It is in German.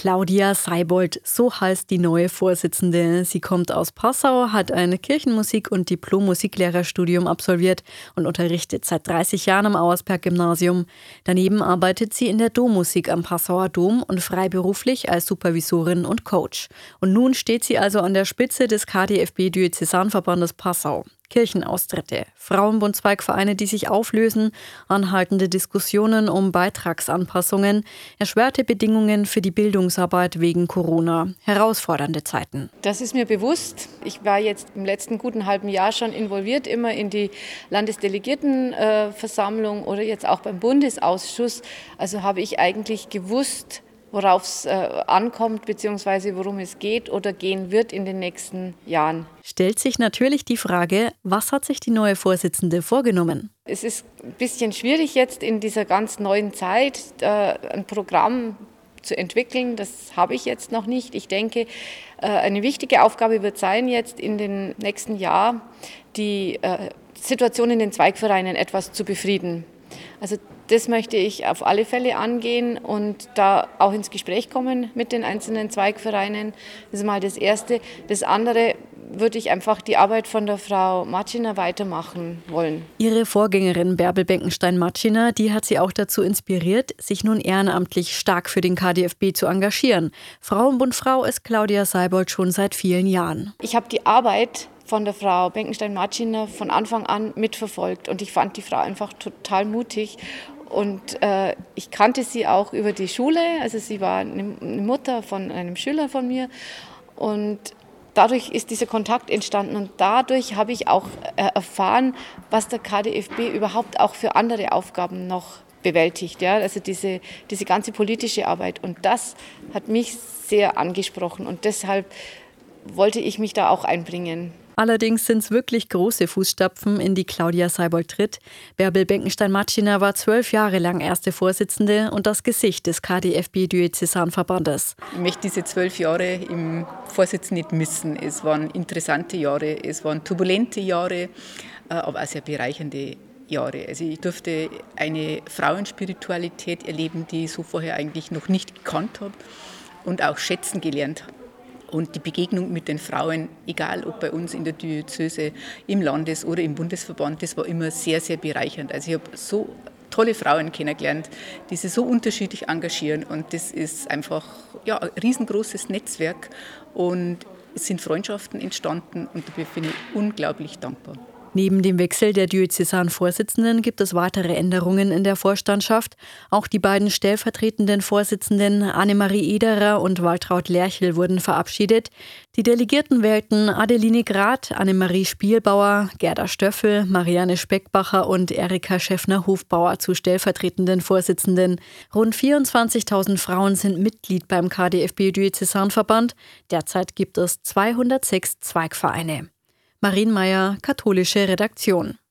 Claudia Seibold, so heißt die neue Vorsitzende. Sie kommt aus Passau, hat ein Kirchenmusik- und Diplom-Musiklehrerstudium absolviert und unterrichtet seit 30 Jahren am Auersberg-Gymnasium. Daneben arbeitet sie in der Dommusik am Passauer Dom und freiberuflich als Supervisorin und Coach. Und nun steht sie also an der Spitze des KdFB-Diözesanverbandes Passau. Kirchenaustritte, Frauenbund-Zweigvereine, die sich auflösen, anhaltende Diskussionen um Beitragsanpassungen, erschwerte Bedingungen für die Bildungsarbeit wegen Corona, herausfordernde Zeiten. Das ist mir bewusst. Ich war jetzt im letzten guten halben Jahr schon involviert, immer in die Landesdelegiertenversammlung oder jetzt auch beim Bundesausschuss. Also habe ich eigentlich gewusst, worauf es ankommt bzw. worum es geht oder gehen wird in den nächsten Jahren. Stellt sich natürlich die Frage, was hat sich die neue Vorsitzende vorgenommen? Es ist ein bisschen schwierig jetzt in dieser ganz neuen Zeit ein Programm zu entwickeln. Das habe ich jetzt noch nicht. Ich denke, eine wichtige Aufgabe wird sein, jetzt in den nächsten Jahr die Situation in den Zweigvereinen etwas zu befrieden. Also das möchte ich auf alle Fälle angehen und da auch ins Gespräch kommen mit den einzelnen Zweigvereinen. Das ist mal das Erste. Das andere würde ich einfach die Arbeit von der Frau Matschiner weitermachen wollen. Ihre Vorgängerin Bärbel Benkenstein-Matschiner, die hat sie auch dazu inspiriert, sich nun ehrenamtlich stark für den KdFB zu engagieren. Frauenbundfrau ist Claudia Seibold schon seit vielen Jahren. Ich habe die Arbeit von der Frau Benkenstein-Matschiner von Anfang an mitverfolgt und ich fand die Frau einfach total mutig. Und ich kannte sie auch über die Schule, also sie war eine Mutter von einem Schüler von mir und dadurch ist dieser Kontakt entstanden und dadurch habe ich auch erfahren, was der KdFB überhaupt auch für andere Aufgaben noch bewältigt. Ja? Also diese ganze politische Arbeit und das hat mich sehr angesprochen und deshalb wollte ich mich da auch einbringen. Allerdings sind es wirklich große Fußstapfen, in die Claudia Seibold tritt. Bärbel Benkenstein-Matschiner war 12 Jahre lang erste Vorsitzende und das Gesicht des KdFB-Diözesanverbandes. Ich möchte diese 12 Jahre im Vorsitz nicht missen. Es waren interessante Jahre, es waren turbulente Jahre, aber auch sehr bereichernde Jahre. Also ich durfte eine Frauenspiritualität erleben, die ich so vorher eigentlich noch nicht gekannt habe und auch schätzen gelernt habe. Und die Begegnung mit den Frauen, egal ob bei uns in der Diözese, im Landes- oder im Bundesverband, das war immer sehr, sehr bereichernd. Also ich habe so tolle Frauen kennengelernt, die sich so unterschiedlich engagieren. Und das ist einfach ein riesengroßes Netzwerk. Und es sind Freundschaften entstanden und dafür bin ich unglaublich dankbar. Neben dem Wechsel der Diözesanvorsitzenden gibt es weitere Änderungen in der Vorstandschaft. Auch die beiden stellvertretenden Vorsitzenden Annemarie Ederer und Waltraud Lerchel wurden verabschiedet. Die Delegierten wählten Adeline Grad, Annemarie Spielbauer, Gerda Stöffel, Marianne Speckbacher und Erika Schäffner-Hofbauer zu stellvertretenden Vorsitzenden. Rund 24.000 Frauen sind Mitglied beim KdFB-Diözesanverband. Derzeit gibt es 206 Zweigvereine. Marienmeier, katholische Redaktion.